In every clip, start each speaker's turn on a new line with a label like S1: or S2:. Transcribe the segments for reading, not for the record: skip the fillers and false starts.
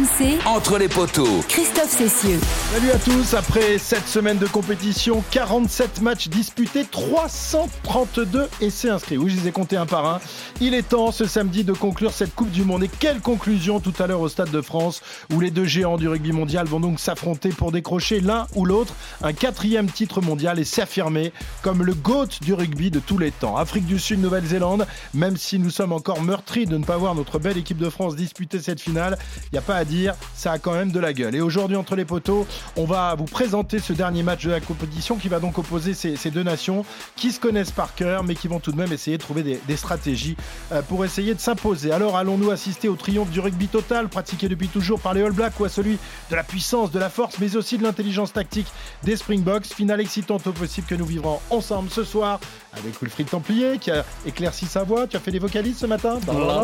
S1: RMC,
S2: Entre les poteaux.
S1: Christophe Cessieux.
S3: Salut à tous, après 7 semaines de compétition, 47 matchs disputés, 332 essais inscrits. Oui, je les ai comptés un par un. Il est temps ce samedi de conclure cette Coupe du Monde. Et quelle conclusion tout à l'heure au Stade de France, où les deux géants du rugby mondial vont donc s'affronter pour décrocher l'un ou l'autre un 4e titre mondial et s'affirmer comme le GOAT du rugby de tous les temps. Afrique du Sud, Nouvelle-Zélande, même si nous sommes encore meurtris de ne pas voir notre belle équipe de France disputer cette finale, il n'y a pas à dire, ça a quand même de la gueule. Et aujourd'hui, entre les poteaux, on va vous présenter ce dernier match de la compétition qui va donc opposer ces deux nations qui se connaissent par cœur, mais qui vont tout de même essayer de trouver des stratégies pour essayer de s'imposer. Alors, allons-nous assister au triomphe du rugby total, pratiqué depuis toujours par les All Blacks, ou à celui de la puissance, de la force, mais aussi de l'intelligence tactique des Springboks? Finale excitante au possible que nous vivrons ensemble ce soir avec Wilfried Templier qui a éclairci sa voix. Tu as fait des vocalises ce matin?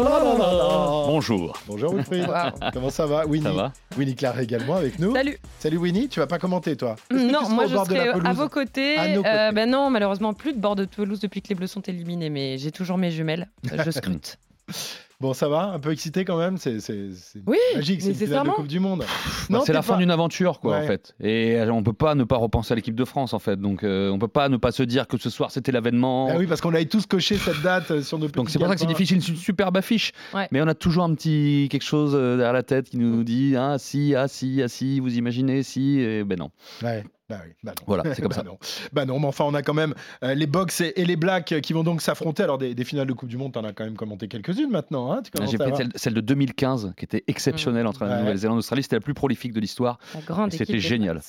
S4: Bonjour.
S3: Bonjour Wilfried. Comment ça va? Winnie.
S4: Ça va?
S3: Winnie Claire également avec nous.
S5: Salut
S3: Winnie, tu vas pas commenter toi?
S5: Non, moi je serai à vos côtés. Non, malheureusement plus de bord de Toulouse depuis que les Bleus sont éliminés, mais j'ai toujours mes jumelles. Je scrute.
S3: Bon, ça va? Un peu excité quand même? C'est
S5: oui,
S3: magique, c'est une finale de Coupe du Monde.
S4: C'est la fin d'une aventure, quoi, en fait. Et on peut pas ne pas repenser à l'équipe de France, en fait. Donc, on peut pas ne pas se dire que ce soir, c'était l'avènement.
S3: Ah oui, parce qu'on avait tous coché cette date sur nos petits
S4: Donc, c'est pour ça que c'est difficile. C'est une superbe affiche. Ouais. Mais on a toujours un petit quelque chose derrière la tête qui nous dit ah si, vous imaginez, si, et ben non.
S3: Ouais. Non.
S4: Voilà, c'est comme ça.
S3: Non, mais enfin, on a quand même les Box et les Blacks qui vont donc s'affronter. Alors, des finales de Coupe du Monde, t'en as quand même commenté quelques-unes maintenant. Hein,
S4: j'ai fait celle de 2015, qui était exceptionnelle entre la Nouvelle-Zélande et l'Australie. C'était la plus prolifique de l'histoire. C'était génial.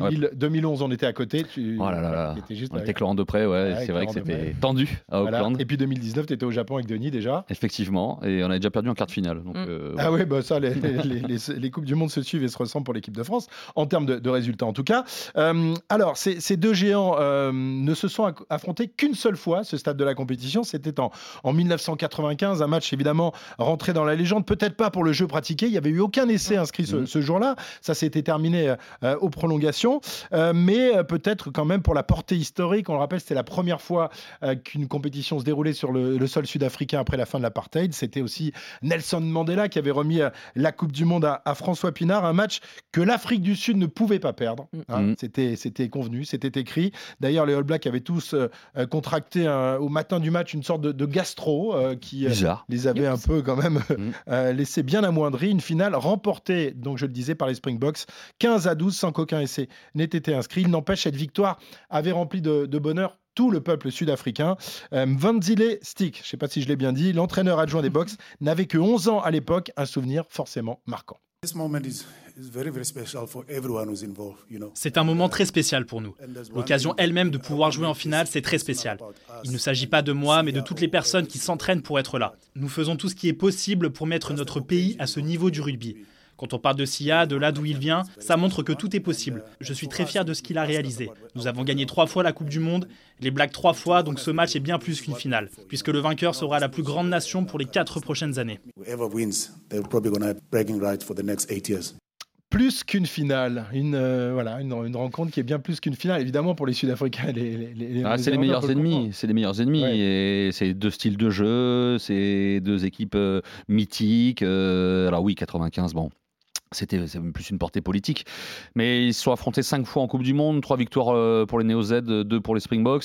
S3: 2011, on était à côté.
S4: Oh là là. On était avec Laurent Depré, c'est vrai que c'était tendu à Auckland.
S3: Et puis 2019, tu étais au Japon avec Denis déjà.
S4: Effectivement, et on avait déjà perdu en quart de finale. Donc,
S3: Ah oui, ça, les Coupes du Monde se suivent et se ressemblent pour l'équipe de France, en termes de résultats en tout cas. Alors, ces deux géants ne se sont affrontés qu'une seule fois, ce stade de la compétition. C'était en 1995, un match évidemment rentré dans la légende. Peut-être pas pour le jeu pratiqué, il n'y avait eu aucun essai inscrit ce jour-là. Ça s'était terminé aux prolongations. Mais peut-être quand même pour la portée historique. On le rappelle, c'était la première fois qu'une compétition se déroulait sur le sol sud-africain après la fin de l'apartheid. C'était aussi Nelson Mandela qui avait remis la Coupe du Monde à François Pinard. Un match que l'Afrique du Sud ne pouvait pas perdre. C'était convenu, c'était écrit. D'ailleurs, les All Blacks avaient tous contracté au matin du match une sorte de gastro qui les avait un peu quand même laissé bien amoindris. Une finale remportée, donc je le disais, par les Springboks, 15-12, sans qu'aucun essai n'ait été inscrit. Il n'empêche, cette victoire avait rempli de bonheur tout le peuple sud-africain. Vanzile Stick, je ne sais pas si je l'ai bien dit, l'entraîneur adjoint des Boks, n'avait que 11 ans à l'époque, un souvenir forcément marquant.
S6: C'est un moment très spécial pour nous. L'occasion elle-même de pouvoir jouer en finale, c'est très spécial. Il ne s'agit pas de moi, mais de toutes les personnes qui s'entraînent pour être là. Nous faisons tout ce qui est possible pour mettre notre pays à ce niveau du rugby. Quand on parle de Sia, de là d'où il vient, ça montre que tout est possible. Je suis très fier de ce qu'il a réalisé. Nous avons gagné 3 fois la Coupe du Monde, les Blacks 3 fois, donc ce match est bien plus qu'une finale, puisque le vainqueur sera la plus grande nation pour les 4 prochaines années.
S3: Plus qu'une finale, une rencontre qui est bien plus qu'une finale. Évidemment, pour les Sud-Africains,
S4: c'est les meilleurs ennemis. C'est les meilleurs ennemis. Ouais. Et c'est 2 styles de jeu, c'est 2 équipes mythiques. Alors oui, 95, bon. C'est plus une portée politique. Mais ils se sont affrontés 5 fois en Coupe du Monde, 3 victoires pour les Néo-Z, 2 pour les Springboks.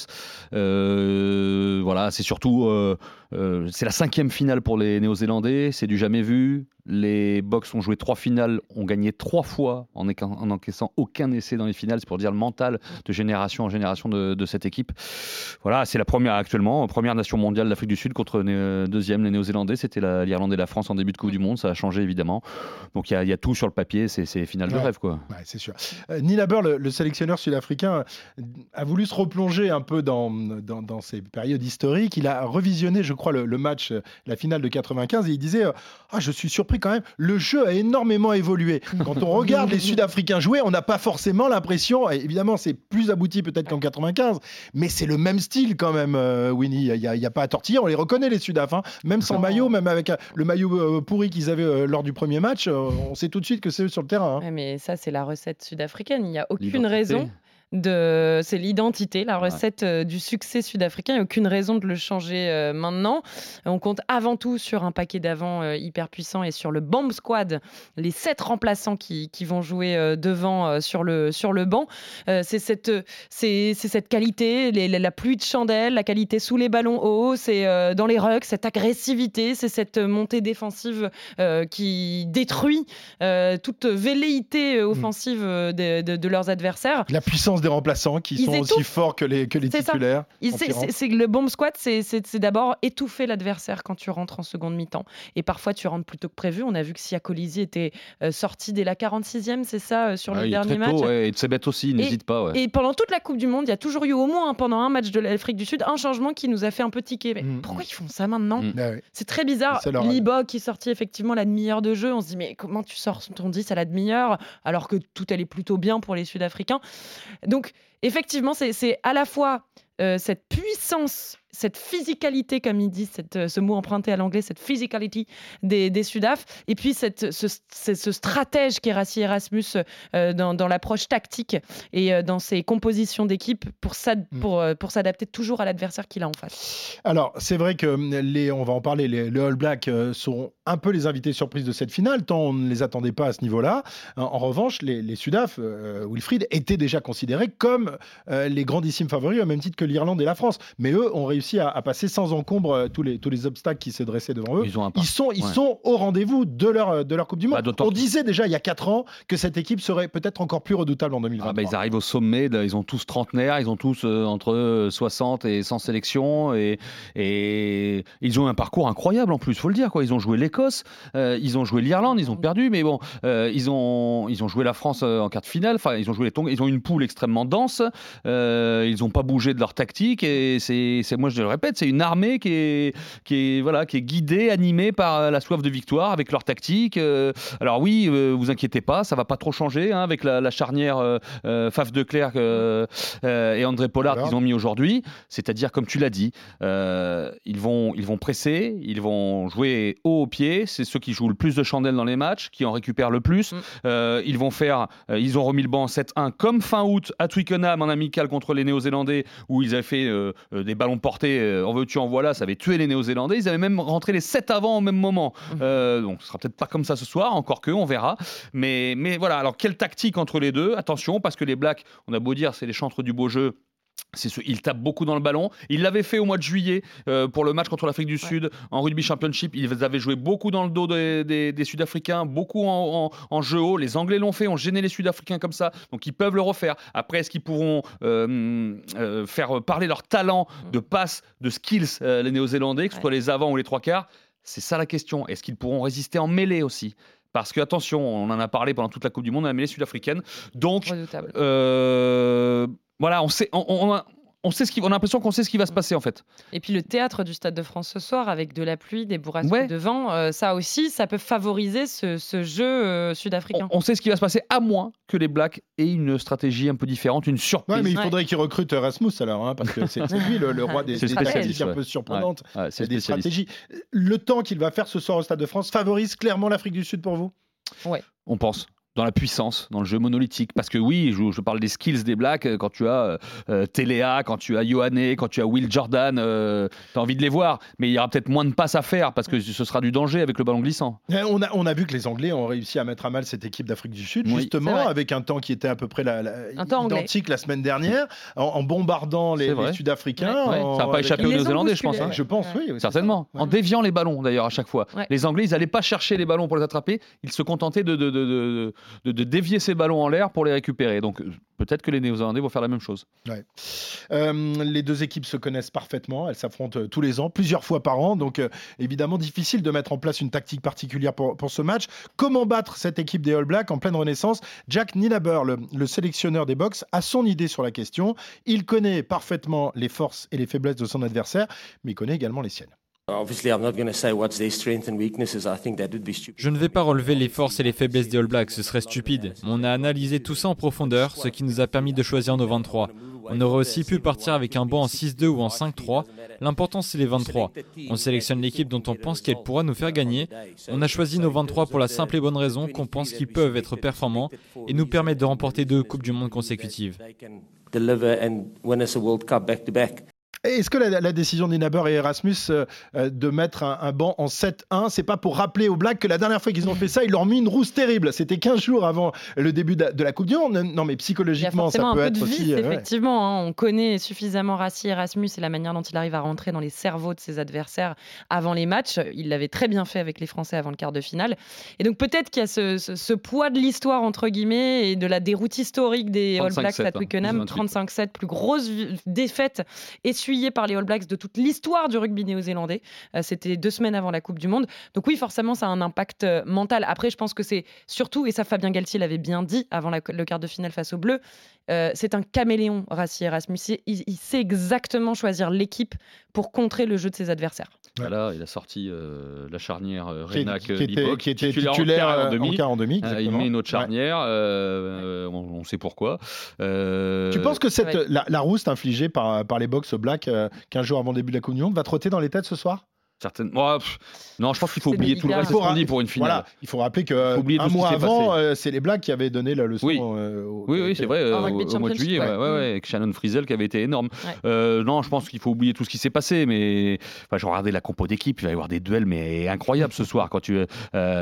S4: C'est surtout c'est la 5e finale pour les Néo-Zélandais. C'est du jamais vu. Les Boks ont joué 3 finales, ont gagné 3 fois en encaissant aucun essai dans les finales. C'est pour dire le mental de génération en génération de cette équipe. Voilà, c'est la première nation mondiale d'Afrique du Sud contre deuxième, les Néo-Zélandais. C'était l'Irlande et la France en début de Coupe du Monde. Ça a changé évidemment. Donc il y a tout sur le papier. C'est finale de rêve, quoi.
S3: Ouais, c'est sûr. Neil Habber, le sélectionneur sud-africain, a voulu se replonger un peu dans ces périodes historiques. Il a revisionné, je crois, le match, la finale de 95, et il disait je suis surpris quand même, le jeu a énormément évolué. Quand on regarde les Sud-Africains jouer, on n'a pas forcément l'impression, évidemment c'est plus abouti peut-être qu'en 95, mais c'est le même style quand même, Winnie. Il n'y a pas à tortiller, on les reconnaît les Sudaf, même sans maillot, même avec le maillot pourri qu'ils avaient lors du premier match, on sait tout de suite que c'est eux sur le terrain.
S5: Ouais, mais ça c'est la recette sud-africaine, il n'y a aucune raison c'est l'identité, la recette du succès sud-africain. Il n'y a aucune raison de le changer maintenant. On compte avant tout sur un paquet d'avant hyper puissant et sur le bomb squad, les 7 remplaçants qui vont jouer devant sur le banc. C'est cette qualité, la pluie de chandelle, la qualité sous les ballons hauts, c'est dans les rucks, cette agressivité, c'est cette montée défensive qui détruit toute velléité offensive de leurs adversaires.
S3: La puissance des remplaçants qui sont aussi forts que les titulaires.
S5: C'est le bomb squad, c'est d'abord étouffer l'adversaire quand tu rentres en seconde mi-temps. Et parfois, tu rentres plus tôt que prévu. On a vu que Siya Kolisi était sorti dès la 46e, c'est ça, sur le dernier match.
S4: Et Tsebet aussi, n'hésite pas. Ouais.
S5: Et pendant toute la Coupe du Monde, il y a toujours eu au moins pendant un match de l'Afrique du Sud un changement qui nous a fait un peu tiquer. Mais pourquoi ils font ça maintenant ? C'est très bizarre. Liba qui est sorti effectivement la demi-heure de jeu, on se dit mais comment tu sors ton 10 à la demi-heure alors que tout allait plutôt bien pour les Sud-Africains. Donc effectivement, c'est à la fois cette puissance, cette physicalité, comme ils disent, ce mot emprunté à l'anglais, cette physicality des Sudaf, et puis ce stratège qu'est Rassie Erasmus dans l'approche tactique et dans ses compositions d'équipe pour s'adapter toujours à l'adversaire qu'il a en face.
S3: Alors, c'est vrai que on va en parler, les All Blacks sont un peu les invités surprises de cette finale, tant on ne les attendait pas à ce niveau-là. En revanche, les Sudaf, Wilfried, étaient déjà considérés comme les grandissimes favoris, au même titre que l'Irlande et la France. Mais eux ont réussi à passer sans encombre tous les obstacles qui se dressaient devant eux. Ils sont au rendez-vous de leur Coupe du Monde. On disait déjà il y a 4 ans que cette équipe serait peut-être encore plus redoutable en 2023.
S4: Ils arrivent au sommet, ils ont tous trentenaires, ils ont tous entre 60 et 100 sélections et ils ont un parcours incroyable en plus, il faut le dire. Ils ont joué l'Écosse, ils ont joué l'Irlande, ils ont perdu, mais bon, ils ont joué la France en quart de finale, enfin, ils ont joué les Tonga, ils ont une poule extrêmement dense, ils n'ont pas bougé de leur tactique et moi je le répète, c'est une armée qui est guidée, animée par la soif de victoire avec leur tactique. Alors oui, vous inquiétez pas, ça va pas trop changer avec la charnière Faf de Klerk et André Pollard qu'ils ont mis aujourd'hui. C'est-à-dire, comme tu l'as dit, ils vont presser, ils vont jouer haut au pied. C'est ceux qui jouent le plus de chandelles dans les matchs, qui en récupèrent le plus. Ils ont remis le banc en 7-1 comme fin août à Twickenham en amical contre les Néo-Zélandais où ils avaient fait des ballons portés en veux-tu en voilà, ça avait tué les Néo-Zélandais. Ils avaient même rentré les 7 avant au même moment. Donc ce sera peut-être pas comme ça ce soir, encore que on verra. Mais voilà, alors quelle tactique entre les deux ? Attention, parce que les Blacks, on a beau dire, c'est les chantres du beau jeu. Ils tapent beaucoup dans le ballon. Ils l'avaient fait au mois de juillet pour le match contre l'Afrique du Sud en rugby championship. Ils avaient joué beaucoup dans le dos des Sud-Africains, beaucoup en jeu haut. Les Anglais l'ont fait, ont gêné les Sud-Africains comme ça. Donc ils peuvent le refaire. Après, est-ce qu'ils pourront faire parler leur talent de passe, de skills, les Néo-Zélandais, que ce soit les avants ou les trois quarts ? C'est ça la question. Est-ce qu'ils pourront résister en mêlée aussi ? Parce que, attention, on en a parlé pendant toute la Coupe du Monde, la mêlée sud-africaine. Donc, voilà, on a l'impression qu'on sait ce qui va se passer en fait.
S5: Et puis le théâtre du Stade de France ce soir avec de la pluie, des bourrasques de vent, ça aussi, ça peut favoriser ce jeu sud-africain.
S4: On sait ce qui va se passer à moins que les Blacks aient une stratégie un peu différente, une surprise.
S3: Ouais, mais il faudrait qu'ils recrutent Erasmus alors, parce que c'est lui le roi des tactiques un peu surprenantes, c'est des stratégies. Le temps qu'il va faire ce soir au Stade de France favorise clairement l'Afrique du Sud pour vous ?
S5: Ouais.
S4: On pense. Dans la puissance, dans le jeu monolithique. Parce que oui, je parle des skills des Blacks, quand tu as Téléa, quand tu as Ioane, quand tu as Will Jordan, tu as envie de les voir. Mais il y aura peut-être moins de passes à faire parce que ce sera du danger avec le ballon glissant.
S3: On a vu que les Anglais ont réussi à mettre à mal cette équipe d'Afrique du Sud, justement, avec un temps qui était à peu près identique la semaine dernière, en bombardant les Sud-Africains.
S4: Ça n'a pas échappé aux Néo-Zélandais, je pense.
S3: Je pense, oui.
S4: Certainement. En déviant les ballons, d'ailleurs, à chaque fois. Les Anglais, ils n'allaient pas chercher les ballons pour les attraper. Ils se contentaient de dévier ces ballons en l'air pour les récupérer. Donc peut-être que les Néo-Zélandais vont faire la même chose.
S3: Les deux équipes se connaissent parfaitement. Elles s'affrontent tous les ans, plusieurs fois par an. Donc évidemment, difficile de mettre en place une tactique particulière pour ce match. Comment battre cette équipe des All Blacks en pleine renaissance ? Jack Nienaber, le sélectionneur des Box, a son idée sur la question. Il connaît parfaitement les forces et les faiblesses de son adversaire, mais il connaît également les siennes.
S1: Je ne vais pas relever les forces et les faiblesses des All Blacks, ce serait stupide. On a analysé tout ça en profondeur, ce qui nous a permis de choisir nos 23. On aurait aussi pu partir avec un banc en 6-2 ou en 5-3. L'important, c'est les 23. On sélectionne l'équipe dont on pense qu'elle pourra nous faire gagner. On a choisi nos 23 pour la simple et bonne raison qu'on pense qu'ils peuvent être performants et nous permettre de remporter 2 Coupes du Monde consécutives.
S2: deliver and win us a World Cup back-to-back.
S3: Est-ce que la décision d'Inaber et Erasmus de mettre un banc en 7-1, c'est pas pour rappeler aux Blacks que la dernière fois qu'ils ont fait ça, ils leur ont mis une rousse terrible. C'était 15 jours avant le début de la Coupe du Monde. Non, mais psychologiquement, ça peut être aussi...
S5: Il y a forcément un peu de vice, effectivement. Hein. On connaît suffisamment Rassi Erasmus et la manière dont il arrive à rentrer dans les cerveaux de ses adversaires avant les matchs. Il l'avait très bien fait avec les Français avant le quart de finale. Et donc peut-être qu'il y a ce poids de l'histoire, entre guillemets, et de la déroute historique des All Blacks à Twickenham. 35-7, plus grosse défaite essuyée par les All Blacks de toute l'histoire du rugby néo-zélandais. C'était 2 semaines avant la Coupe du Monde. Donc oui, forcément, ça a un impact mental. Après, je pense que c'est surtout, et ça Fabien Galtier l'avait bien dit avant le quart de finale face aux Bleus, c'est un caméléon, Rassi Erasmus. Il sait exactement choisir l'équipe pour contrer le jeu de ses adversaires.
S4: Voilà, il a sorti la charnière Renak
S3: qui était titulaire en demi.
S4: Il met une autre charnière, on sait pourquoi.
S3: Tu penses que la rouste infligée par les Box Blacks 15 jours avant le début de la Coupe du Monde va trotter dans les têtes ce soir ?
S4: Certainement. Non, je pense qu'il faut oublier tout le reste qu'on dit pour une finale.
S3: Voilà, il faut rappeler qu'un mois avant, c'est les Blacks qui avaient donné la leçon.
S4: Oui, c'est vrai, au mois de juillet, avec Shannon Frizzell qui avait été énorme. Non, je pense qu'il faut oublier tout ce qui s'est passé, mais je regardais la compo d'équipe, il va y avoir des duels mais incroyables ce soir. Quand vous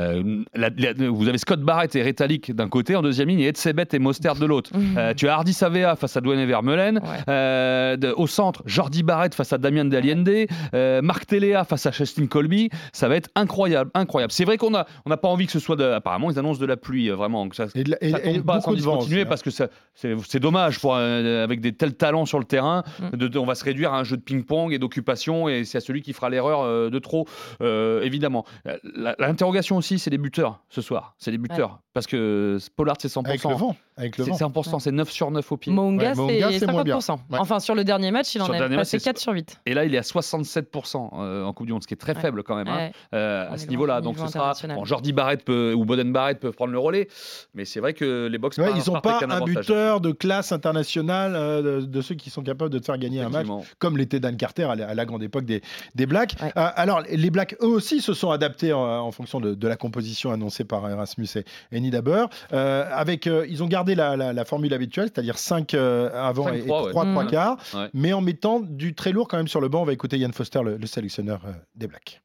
S4: avez Scott Barrett et Retallick d'un côté, en deuxième ligne, et Edsebet et Mostert de l'autre. Tu as Hardy Savea face à Dwayne Vermeulen. Au centre, Jordi Barrett face à Damien Daliende. Marc Telea face à Justin Colby, ça va être incroyable. C'est vrai qu'on n'a pas envie que ce soit apparemment ils annoncent de la pluie vraiment, que ça tombe pas sans discontinuer parce que c'est dommage avec des tels talents sur le terrain, on va se réduire à un jeu de ping-pong et d'occupation et c'est à celui qui fera l'erreur de trop, évidemment. L'interrogation aussi, c'est les buteurs ce soir, parce que Pollard c'est 100%.
S3: Avec le vent.
S4: C'est 100%, c'est 9 sur 9 au pied.
S5: Monga c'est 50%. Enfin sur le dernier match, il en a passé 4 sur 8.
S4: Et là il est à 67% en Coupe du Monde, ce qui est très faible quand même à ce niveau-là. Donc ce sera Jordi Barrett ou Boden Barrett peuvent prendre le relais, mais c'est vrai que les Box
S3: ils n'ont pas un buteur de classe internationale de ceux qui sont capables de te faire gagner un match, comme l'était Dan Carter à la grande époque des Blacks. Alors les Blacks eux aussi se sont adaptés en fonction de la composition annoncée par Erasmus et Nidaber. Ils ont gardé la formule habituelle, c'est-à-dire 5 avant et 3 quarts, mais en mettant du très lourd quand même sur le banc. On va écouter Ian Foster, le sélectionneur des Blacks.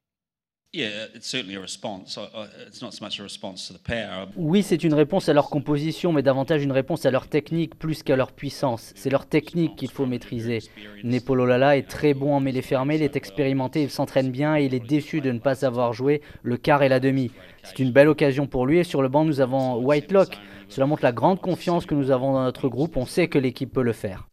S7: Oui, c'est une réponse à leur composition, mais davantage une réponse à leur technique plus qu'à leur puissance. C'est leur technique qu'il faut maîtriser. Nepololala est très bon en mêlée fermée, il est expérimenté, il s'entraîne bien et il est déçu de ne pas avoir joué le quart et la demi. C'est une belle occasion pour lui et sur le banc nous avons Whitelock. Cela montre la grande confiance que nous avons dans notre groupe, on sait que l'équipe peut le faire.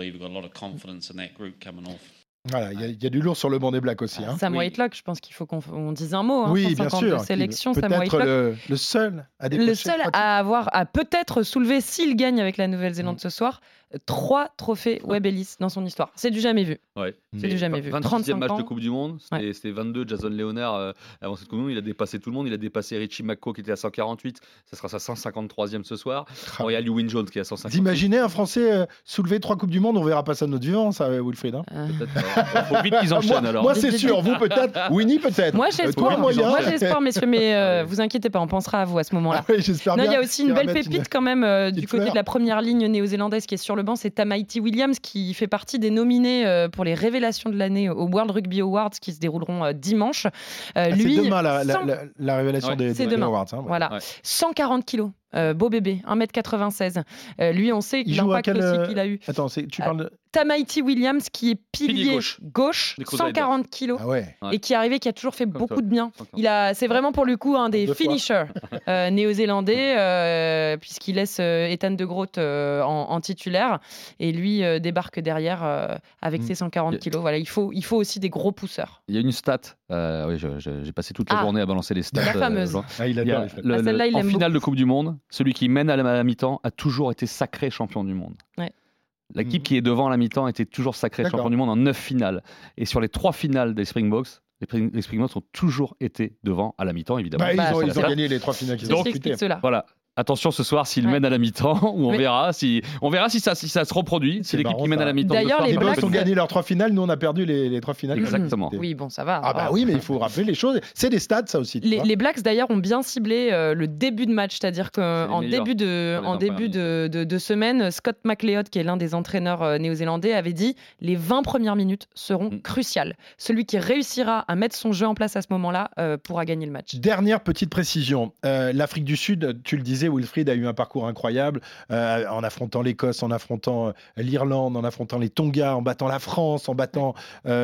S3: Voilà, il y a du lourd sur le banc des Blacks aussi.
S5: Sam Whitelock, je pense qu'il faut qu'on dise un mot.
S3: Oui, bien sûr.
S5: Sélection,
S3: Sam Whitelock. Le seul à décrocher.
S5: Le seul à peut-être soulever, s'il gagne avec la Nouvelle-Zélande ce soir, 3 trophées Webb Ellis dans son histoire. C'est du jamais vu. C'est du jamais vu.
S4: 26e match de Coupe du Monde, c'était 22. Jason Leonard, avant cette Coupe du Monde, il a dépassé tout le monde. Il a dépassé Richie McCaw qui était à 148. Ça sera sa 153e ce soir. Il y a Lewin Jones qui est à 150.
S3: Vous imaginez un Français soulever 3 Coupes du Monde, on verra pas ça de notre vivant, ça, Wilfried.
S4: Il faut vite qu'ils enchaînent alors.
S3: Moi, c'est sûr. Vous peut-être. Winnie peut-être.
S5: Moi, j'ai espoir, messieurs, mais vous inquiétez pas, on pensera à vous à ce moment-là.
S3: J'espère bien.
S5: Il y a aussi une belle pépite quand même du côté de la première ligne néo-zélandaise qui est sur le banc, c'est Tamaiti Williams qui fait partie des nominés pour les révélations de l'année au World Rugby Awards qui se dérouleront dimanche.
S3: C'est demain la révélation des Awards.
S5: Voilà. 140 kilos. Beau bébé, 1m96. Lui, on sait l'impact aussi qu'il a eu.
S3: Attends, tu parles de...
S5: Tamaiti Williams, qui est pilier gauche 140 kilos, et qui est arrivé, qui a toujours fait beaucoup de bien. C'est vraiment pour le coup un des finishers néo-zélandais, puisqu'il laisse Ethan de Groot en titulaire, et lui débarque derrière avec ses 140 kilos. Voilà, il faut aussi des gros pousseurs.
S4: Il y a une stat. J'ai passé toute la journée à balancer les stats.
S5: La fameuse.
S4: En finale de Coupe du Monde, celui qui mène à la mi-temps a toujours été sacré champion du monde. L'équipe qui est devant à la mi-temps était toujours sacré champion du monde en 9 finales. Et sur les 3 finales des Springboks, les Springboks ont toujours été devant à la mi-temps, évidemment.
S3: Ils ont gagné les 3 finales qu'ils ont disputées.
S4: Voilà. Attention ce soir s'ils mènent à la mi-temps, ou on verra si ça se reproduit. C'est l'équipe qui mène à la mi-temps.
S5: D'ailleurs,
S3: les Blacks ont gagné leurs 3 finales, nous on a perdu les 3 finales.
S4: Exactement.
S5: Oui, bon, ça va.
S3: Ah bah oui, mais il faut rappeler les choses. C'est des stats, ça aussi.
S5: Les Blacks d'ailleurs ont bien ciblé le début de match, c'est-à-dire qu'en début de semaine, Scott McLeod, qui est l'un des entraîneurs néo-zélandais, avait dit les 20 premières minutes seront cruciales. Celui qui réussira à mettre son jeu en place à ce moment-là pourra gagner le match.
S3: Dernière petite précision, l'Afrique du Sud, tu le disais, Wilfried a eu un parcours incroyable en affrontant l'Écosse, en affrontant l'Irlande, en affrontant les Tonga, en battant la France, en battant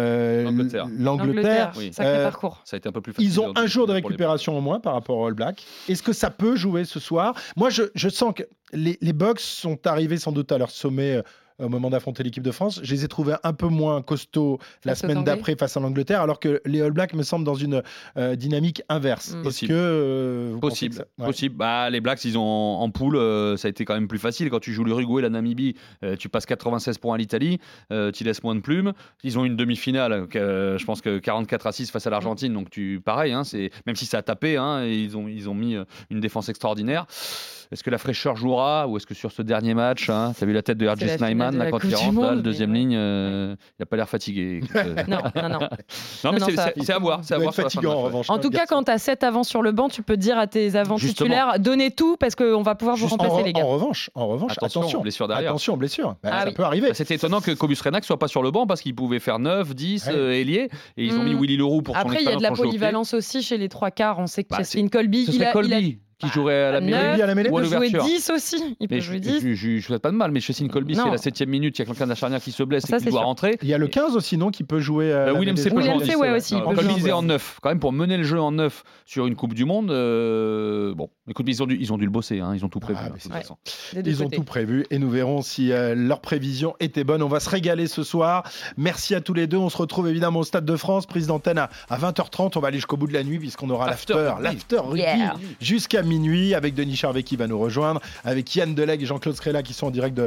S3: l'Angleterre.
S5: Oui. Sacré parcours.
S4: Ça a été un peu plus facile.
S3: Ils ont un jour de récupération en moins par rapport aux All Blacks. Est-ce que ça peut jouer ce soir ? Moi, je sens que les Bucks sont arrivés sans doute à leur sommet au moment d'affronter l'équipe de France. Je les ai trouvés un peu moins costauds la semaine d'après face à l'Angleterre, alors que les All Blacks me semblent dans une dynamique inverse.
S4: Possible. Possible. Les Blacks, ils ont en poule, ça a été quand même plus facile. Quand tu joues l'Uruguay, la Namibie, tu passes 96 points à l'Italie, tu laisses moins de plumes. Ils ont une demi-finale, je pense que 44-6 face à l'Argentine, donc pareil, même si ça a tapé, ils ont mis une défense extraordinaire. Est-ce que la fraîcheur jouera ou est-ce que sur ce dernier match, tu as vu la tête de R.J. Snyman quand il rentre, la deuxième ligne, il n'a pas l'air fatigué.
S5: Non,
S4: mais c'est à voir.
S3: C'est à voir fatigant, en revanche.
S5: En tout cas, quand tu as 7 avants sur le banc, tu peux dire à tes avants titulaires, donnez tout parce qu'on va pouvoir vous remplacer, les gars.
S3: En revanche, attention,
S4: blessure derrière.
S3: Attention, blessure. Ça peut arriver.
S4: C'était étonnant que Cobus Renac soit pas sur le banc parce qu'il pouvait faire 9, 10 ailiers et ils ont mis Willy Leroux pour son expérience.
S5: Après, il y a de la polyvalence aussi chez les 3 quarts. On sait que Cheslin Kolbe,
S4: qui jouerait à la mêlée
S5: ou à l'ouverture. Il peut jouer 10 aussi. Il peut jouer 10.
S4: Je ne souhaite pas de mal, mais Cheslin Kolbe, c'est la 7e minute, il y a quelqu'un de la charnière qui se blesse et qui doit rentrer.
S3: Il y a le 15 aussi, non, qui peut jouer.
S4: William C. peut
S5: jouer aussi.
S4: Kolbe en 9. Quand même, pour mener le jeu en 9 sur une Coupe du Monde, écoute, ils ont dû le bosser, ils ont tout prévu.
S3: Ils ont tout prévu et nous verrons si leurs prévisions étaient bonnes. On va se régaler ce soir. Merci à tous les deux. On se retrouve évidemment au Stade de France, prise d'antenne à 20h30. On va aller jusqu'au bout de la nuit puisqu'on aura l'after rugby jusqu'à minuit avec Denis Charvet qui va nous rejoindre, avec Yann Delegue et Jean-Claude Scrella qui seront en direct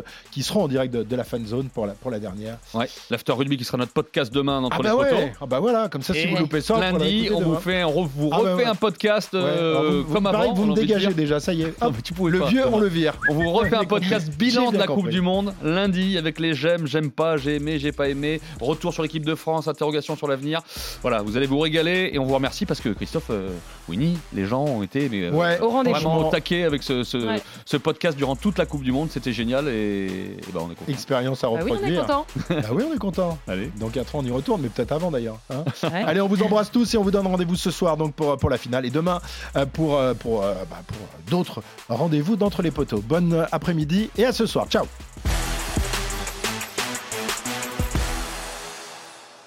S3: de la fan zone pour la dernière.
S4: Ouais, l'after rugby qui sera notre podcast demain entre les poteaux.
S3: Ah bah voilà, comme ça si vous loupez ça,
S4: lundi on vous refait un podcast comme avant.
S3: Vous me dégagez déjà, ça y est. Hop, le vieux, on le vire.
S4: On vous refait un podcast bilan de la Coupe du Monde lundi avec les j'aime pas, j'ai aimé, j'ai pas aimé, retour sur l'équipe de France, interrogation sur l'avenir. Voilà, vous allez vous régaler et on vous remercie parce que Christophe, Winnie, les gens ont été
S5: au rendez-vous.
S4: Vraiment au taquet avec ce podcast durant toute la Coupe du Monde, c'était génial et on est content.
S3: Expérience à reproduire.
S5: Oui,
S3: on est content.
S4: Allez.
S3: Dans 4 ans, on y retourne, mais peut-être avant d'ailleurs. Allez, on vous embrasse tous et on vous donne rendez-vous ce soir donc pour la finale et demain pour d'autres rendez-vous d'entre les poteaux. Bon après-midi et à ce soir. Ciao.